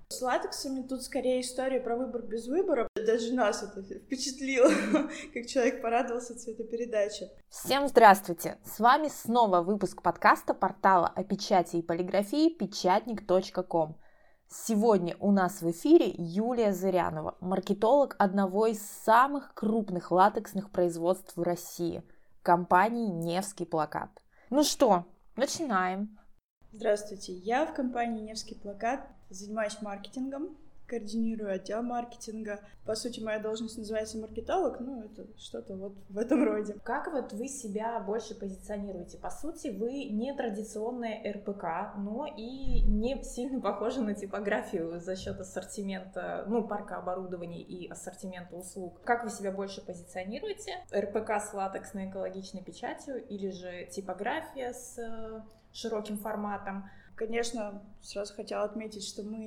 С латексами тут скорее история про выбор без выбора. Даже нас это впечатлило, как человек порадовался цветопередаче. Всем здравствуйте! С вами снова выпуск подкаста портала о печати и полиграфии печатник.ком. Сегодня у нас в эфире Юлия Зырянова, маркетолог одного из самых крупных латексных производств в России – компании «Невский плакат». Ну что, начинаем. Здравствуйте, я в компании «Невский плакат» занимаюсь маркетингом, координирую отдел маркетинга. По сути, моя должность называется маркетолог, это что-то вот в этом роде. Как вот вы себя больше позиционируете? По сути, вы не традиционная РПК, но и не сильно похожи на типографию за счет ассортимента, парка оборудования и ассортимента услуг. Как вы себя больше позиционируете? РПК с латексной экологичной печатью или же типография с широким форматом? Конечно, сразу хотела отметить, что мы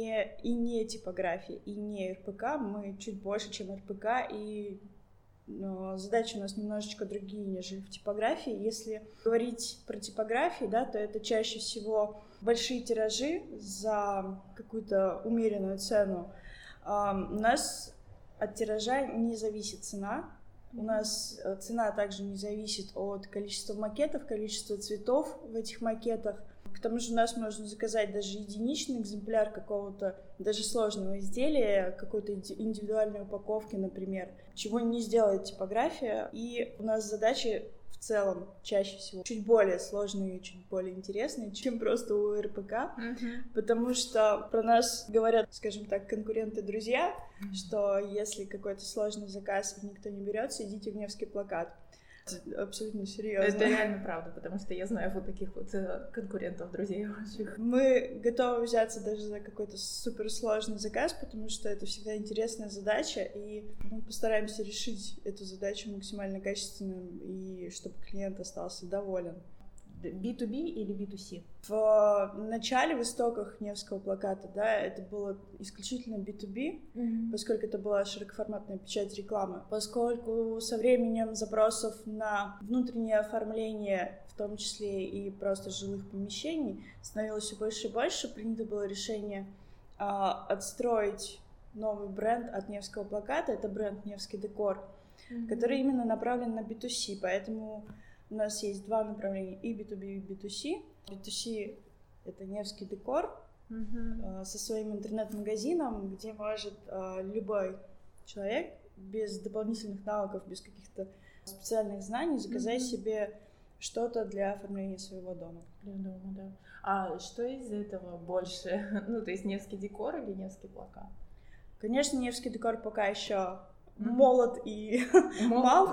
не типография, и не РПК, мы чуть больше, чем РПК, и задачи у нас немножечко другие, нежели в типографии. Если говорить про типографии, то это чаще всего большие тиражи за какую-то умеренную цену. У нас от тиража не зависит цена. У нас цена также не зависит от количества макетов, количества цветов в этих макетах. К тому же у нас можно заказать даже единичный экземпляр какого-то, даже сложного изделия, какой-то индивидуальной упаковки, например, чего не сделает типография. И у нас задачи в целом чаще всего чуть более сложные, чуть более интересные, чем просто у РПК, потому что про нас говорят, скажем так, конкуренты-друзья, что если какой-то сложный заказ и никто не берется, идите в Невский плакат. Абсолютно серьезно. Это реально правда, потому что я знаю вот таких вот конкурентов, друзей ваших. Мы готовы взяться даже за какой-то суперсложный заказ, потому что это всегда интересная задача, и мы постараемся решить эту задачу максимально качественно, и чтобы клиент остался доволен. B2B или B2C? В начале, в истоках Невского плаката, это было исключительно B2B, поскольку это была широкоформатная печать рекламы. Поскольку со временем запросов на внутреннее оформление, в том числе и просто жилых помещений, становилось все больше и больше, принято было решение отстроить новый бренд от Невского плаката. Это бренд «Невский декор», который именно направлен на B2C, поэтому у нас есть два направления, и B2B, и B2C. B2C — это Невский декор со своим интернет-магазином, где может любой человек без дополнительных навыков, без каких-то специальных знаний заказать себе что-то для оформления своего дома. Для дома, да. А что из этого больше? То есть Невский декор или Невский плакат? Конечно, Невский декор пока еще молод и мал,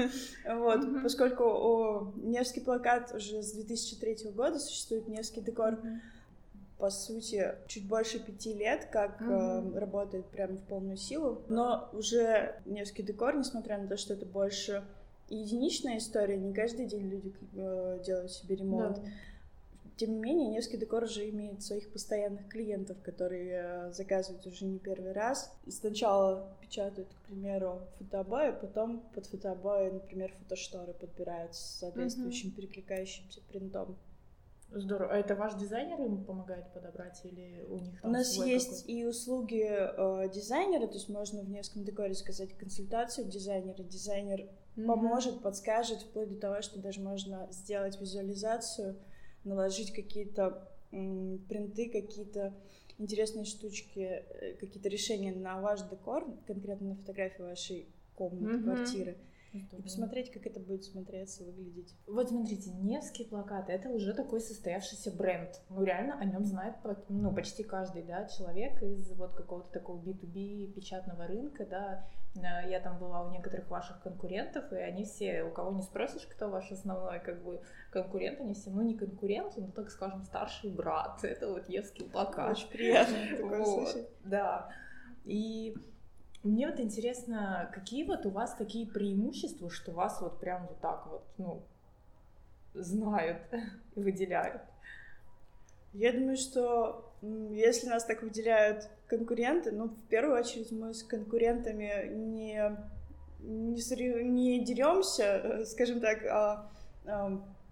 поскольку Невский плакат уже с 2003 года существует. Невский декор, по сути, чуть больше 5 лет, как работает прямо в полную силу, но уже Невский декор, несмотря на то, что это больше единичная история, не каждый день люди делают себе ремонт. Тем не менее, Невский декор уже имеет своих постоянных клиентов, которые заказывают уже не первый раз. Сначала печатают, к примеру, фотообои, потом под фотообои, например, фотошторы подбирают с соответствующим перекликающимся принтом. Здорово. А это ваш дизайнер им помогает подобрать или у них там У нас свой есть и услуги дизайнера, то есть можно в Невском декоре заказать консультацию дизайнера. Дизайнер поможет, подскажет, вплоть до того, что даже можно сделать визуализацию, наложить какие-то принты, какие-то интересные штучки, какие-то решения на ваш декор, конкретно на фотографии вашей комнаты, квартиры, и посмотреть, как это будет смотреться, выглядеть. Вот смотрите, Невский плакат — это уже такой состоявшийся бренд. Реально о нем знает почти каждый, человек из вот какого-то такого B2B печатного рынка, Я там была у некоторых ваших конкурентов, и они все, у кого не спросишь, кто ваш основной конкурент, они все, не конкуренты, но, так скажем, старший брат. Это вот Невский плакат. Очень приятно такое слышать. Да. И мне вот интересно, какие вот у вас такие преимущества, что вас вот прям вот так вот, знают и выделяют? Я думаю, что если нас так выделяют конкуренты, в первую очередь мы с конкурентами не деремся, скажем так,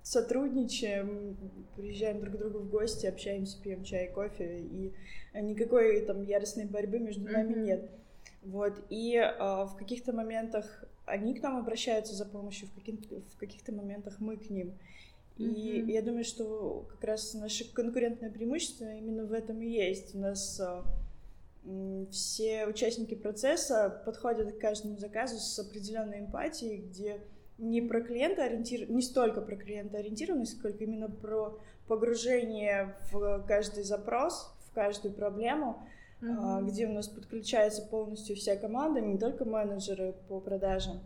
сотрудничаем, приезжаем друг к другу в гости, общаемся, пьем чай, кофе, и никакой там яростной борьбы между нами нет. Вот, и в каких-то моментах они к нам обращаются за помощью, в каких-то моментах мы к ним. И я думаю, что как раз наше конкурентное преимущество именно в этом и есть. У нас все участники процесса подходят к каждому заказу с определенной эмпатией, где не столько про клиентоориентированность, сколько именно про погружение в каждый запрос, в каждую проблему, где у нас подключается полностью вся команда, не только менеджеры по продажам.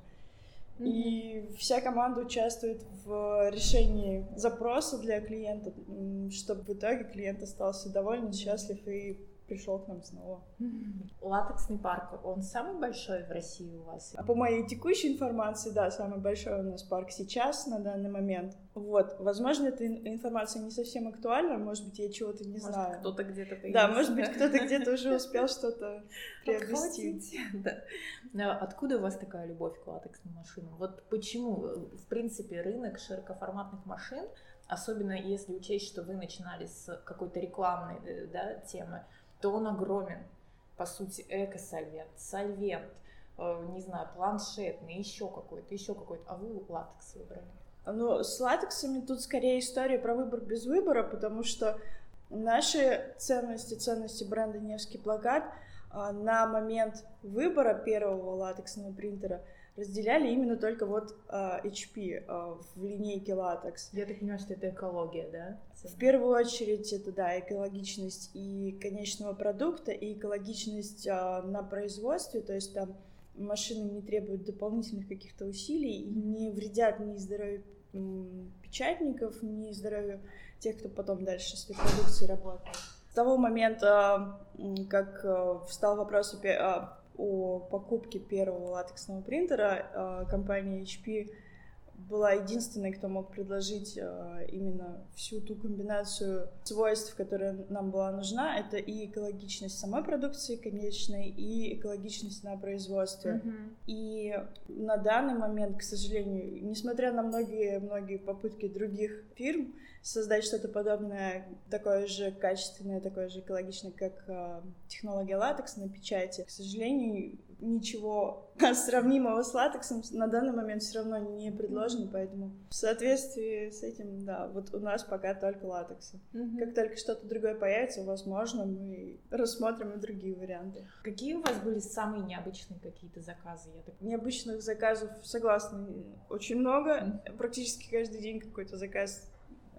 И вся команда участвует в решении запроса для клиента, чтобы в итоге клиент остался доволен, счастлив и пришел к нам снова. Латексный парк, он самый большой в России у вас? По моей текущей информации, да, самый большой у нас парк сейчас, на данный момент. Вот, возможно, эта информация не совсем актуальна, может быть, я чего-то не знаю. Может, кто-то где-то появился. Да, может быть, кто-то где-то уже успел что-то приобрести. Да. Откуда у вас такая любовь к латексным машинам? Вот почему, в принципе, рынок широкоформатных машин, особенно если учесть, что вы начинали с какой-то рекламной, да, темы, то он огромен. По сути, эко-сольвент, сольвент, не знаю, планшетный, еще какой-то. А вы латекс выбрали? Ну, с латексами тут скорее история про выбор без выбора, потому что наши ценности бренда «Невский плакат» на момент выбора первого латексного принтера разделяли именно только вот HP в линейке латекс. Я так понимаю, что это экология, да? В первую очередь это, да, экологичность и конечного продукта, и экологичность на производстве, то есть там машины не требуют дополнительных каких-то усилий и не вредят ни здоровью печатников, ни здоровью тех, кто потом дальше с этой продукцией работает. С того момента, как встал вопрос о покупке первого латексного принтера, компания HP была единственной, кто мог предложить именно всю ту комбинацию свойств, которая нам была нужна. Это и экологичность самой продукции конечной, и экологичность на производстве. И на данный момент, к сожалению, несмотря на многие попытки других фирм создать что-то подобное, такое же качественное, такое же экологичное, как технология латекс на печати, к сожалению, ничего сравнимого с латексом на данный момент все равно не предложено, поэтому в соответствии с этим, да, вот у нас пока только латексы. Как только что-то другое появится, возможно, мы рассмотрим и другие варианты. Какие у вас были самые необычные какие-то заказы? Необычных заказов, согласна, очень много. Практически каждый день какой-то заказ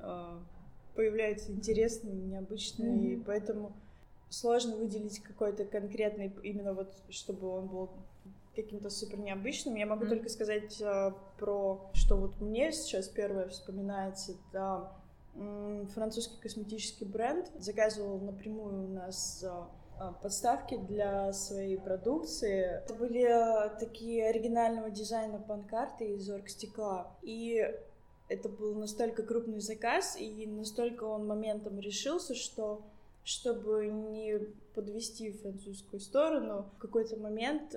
появляется интересный, необычный, и поэтому сложно выделить какой-то конкретный, именно вот, чтобы он был каким-то супер необычным. Я могу только сказать про, что вот мне сейчас первое вспоминается, это французский косметический бренд заказывал напрямую у нас подставки для своей продукции. Это были такие оригинального дизайна панкарты из оргстекла, и это был настолько крупный заказ, и настолько он моментом решился, что, чтобы не подвести французскую сторону, в какой-то момент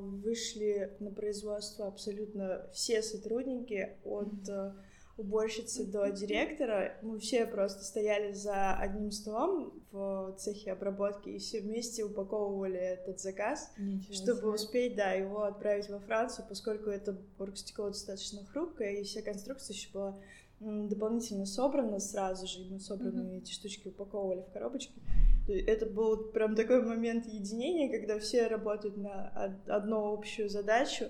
вышли на производство абсолютно все сотрудники, от уборщицы до директора. Мы все просто стояли за одним столом в цехе обработки и все вместе упаковывали этот заказ, чтобы успеть, да, его отправить во Францию, поскольку это оргстекло достаточно хрупкое, и вся конструкция еще была дополнительно собрана сразу же, и мы собранные эти штучки упаковывали в коробочки. Это был прям такой момент единения, когда все работают на одну общую задачу,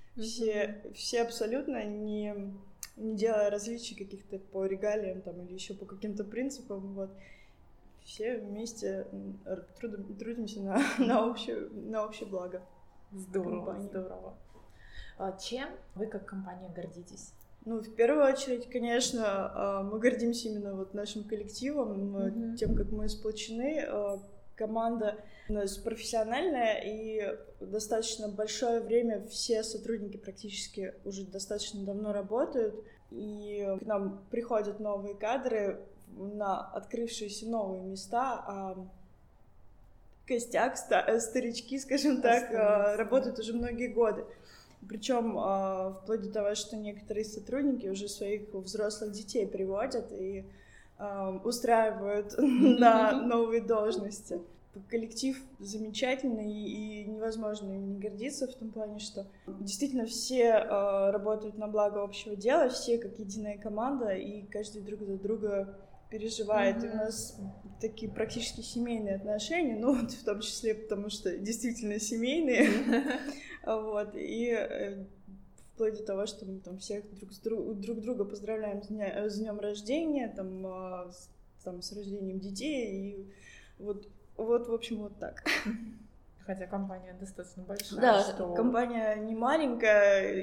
все абсолютно не делая различий каких-то по регалиям там, или еще по каким-то принципам, вот. Все вместе трудимся на общее благо. Здорово. Чем вы как компания гордитесь? Ну, в первую очередь, конечно, мы гордимся именно вот нашим коллективом, тем, как мы сплочены. Команда у нас профессиональная, и достаточно большое время все сотрудники практически уже достаточно давно работают, и к нам приходят новые кадры на открывшиеся новые места, а костяк, старички, скажем так, работают уже многие годы. Причем вплоть до того, что некоторые сотрудники уже своих взрослых детей приводят и устраивают на новые должности. Коллектив замечательный, и невозможно им не гордиться в том плане, что действительно все работают на благо общего дела, все как единая команда, и каждый друг за друга переживает. И у нас такие практически семейные отношения, ну, вот в том числе потому, что действительно семейные. Вот, и вплоть до того, что мы там всех друг друга поздравляем с днем рождения, там, с рождением детей, и вот, в общем, вот так. Хотя компания достаточно большая. Да, что... компания не маленькая,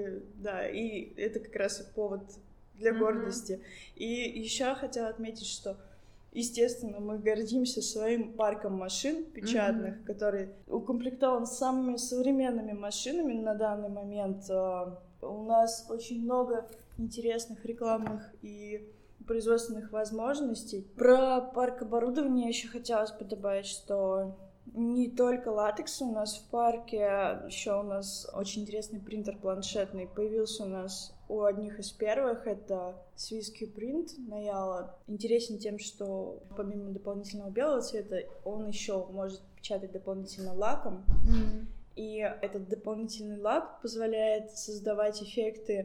и это как раз и повод для гордости. И еще хотела отметить, что, естественно, мы гордимся своим парком машин печатных, который укомплектован самыми современными машинами на данный момент. У нас очень много интересных рекламных и производственных возможностей. Про парк оборудования еще хотелось бы добавить, что не только латекс у нас в парке, еще у нас очень интересный принтер планшетный. Появился у нас у одних из первых, это Swiss Print Nayala. Интересен тем, что помимо дополнительного белого цвета, он еще может печатать дополнительно лаком. И этот дополнительный лак позволяет создавать эффекты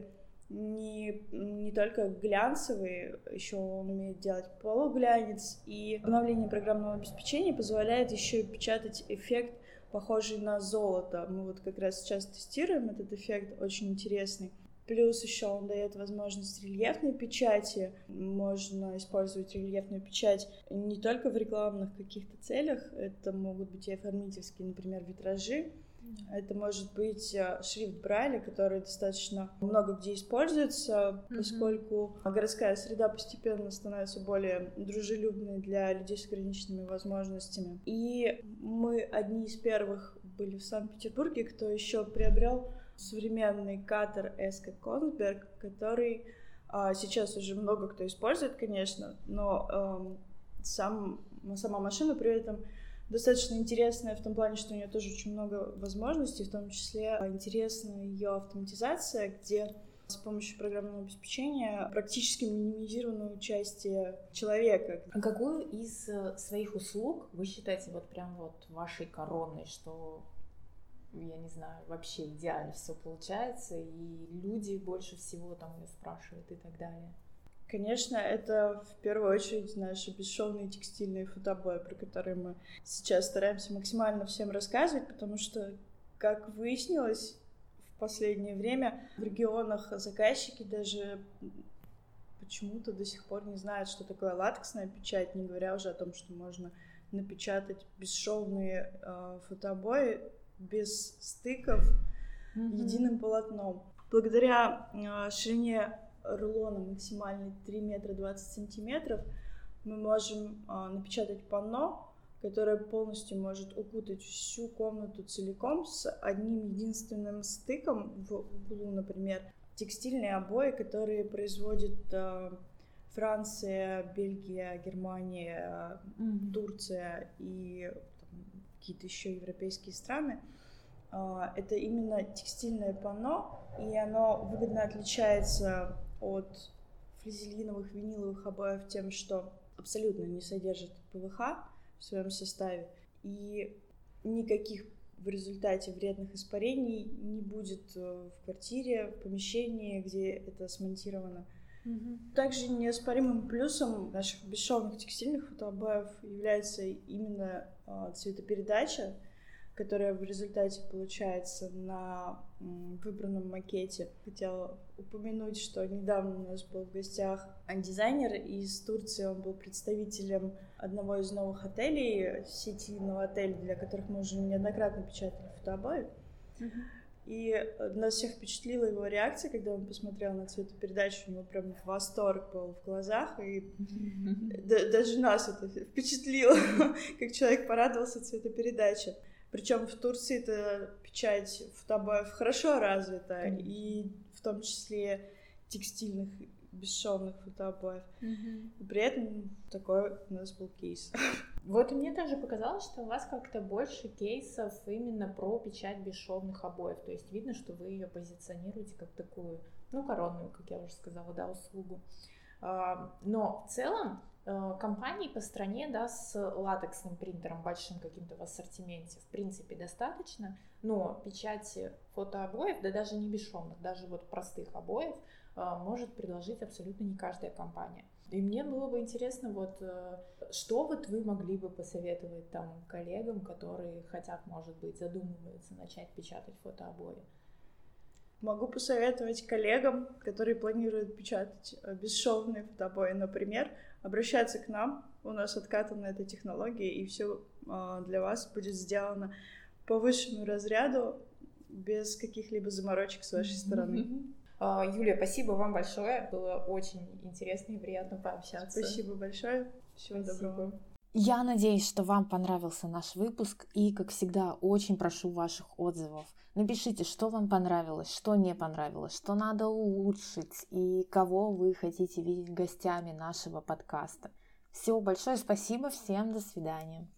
не только глянцевые, еще он умеет делать полуглянец, и обновление программного обеспечения позволяет еще и печатать эффект, похожий на золото. Мы вот как раз сейчас тестируем этот эффект, очень интересный. Плюс еще он дает возможность рельефной печати. Можно использовать рельефную печать не только в рекламных каких-то целях, это могут быть и оформительские, например, витражи. Это может быть шрифт Брайля, который достаточно много где используется, поскольку городская среда постепенно становится более дружелюбной для людей с ограниченными возможностями. И мы одни из первых были в Санкт-Петербурге, кто еще приобрел современный катер Эска Консберг, который сейчас уже много кто использует, конечно, но сама машина при этом достаточно интересная в том плане, что у нее тоже очень много возможностей, в том числе интересна ее автоматизация, где с помощью программного обеспечения практически минимизировано участие человека. А какую из своих услуг вы считаете вот прям вот вашей короной, что, я не знаю, вообще идеально все получается, и люди больше всего там ее спрашивают и так далее? Конечно, это в первую очередь наши бесшовные текстильные фотобои, про которые мы сейчас стараемся максимально всем рассказывать, потому что, как выяснилось в последнее время, в регионах заказчики даже почему-то до сих пор не знают, что такое латексная печать, не говоря уже о том, что можно напечатать бесшовные фотобои без стыков единым полотном. Благодаря ширине рулона максимальный 3 метра 20 сантиметров, мы можем напечатать панно, которое полностью может укутать всю комнату целиком с одним единственным стыком в углу, например. Текстильные обои, которые производит Франция, Бельгия, Германия, Турция и какие-то еще европейские страны. Это именно текстильное панно, и оно выгодно отличается от флизелиновых виниловых обоев тем, что абсолютно не содержит ПВХ в своем составе, и никаких в результате вредных испарений не будет в квартире, в помещении, где это смонтировано. Также неоспоримым плюсом наших бесшовных текстильных фотообоев является именно цветопередача, которая в результате получается на выбранном макете. Хотела упомянуть, что недавно у нас был в гостях дизайнер из Турции. Он был представителем одного из новых отелей, сети новотелей, для которых мы уже неоднократно печатали фотобои. И нас всех впечатлила его реакция, когда он посмотрел на цветопередачу. У него прям восторг был в глазах, и даже нас это впечатлило, как человек порадовался цветопередаче. Причем в Турции эта печать фотобоев хорошо развита, и в том числе текстильных бесшовных фотобоев. И при этом такой у нас был кейс. Вот мне тоже показалось, что у вас как-то больше кейсов именно про печать бесшовных обоев. То есть видно, что вы ее позиционируете как такую, коронную, как я уже сказала, да, услугу. Но в целом компаний по стране, да, с латексным принтером большим каким-то в ассортименте, в принципе, достаточно. Но печати фотообоев, да даже не бесшовных, даже вот простых обоев, может предложить абсолютно не каждая компания. И мне было бы интересно, что вы могли бы посоветовать там коллегам, которые хотят, может быть, задумываются начать печатать фотообои? Могу посоветовать коллегам, которые планируют печатать бесшовные фотобои, например, обращаться к нам. У нас откатана эта технология, и все для вас будет сделано по высшему разряду, без каких-либо заморочек с вашей стороны. Юлия, спасибо вам большое. Было очень интересно и приятно пообщаться. Спасибо большое. Всего доброго. Я надеюсь, что вам понравился наш выпуск, и, как всегда, очень прошу ваших отзывов. Напишите, что вам понравилось, что не понравилось, что надо улучшить и кого вы хотите видеть гостями нашего подкаста. Всего большое спасибо, всем до свидания.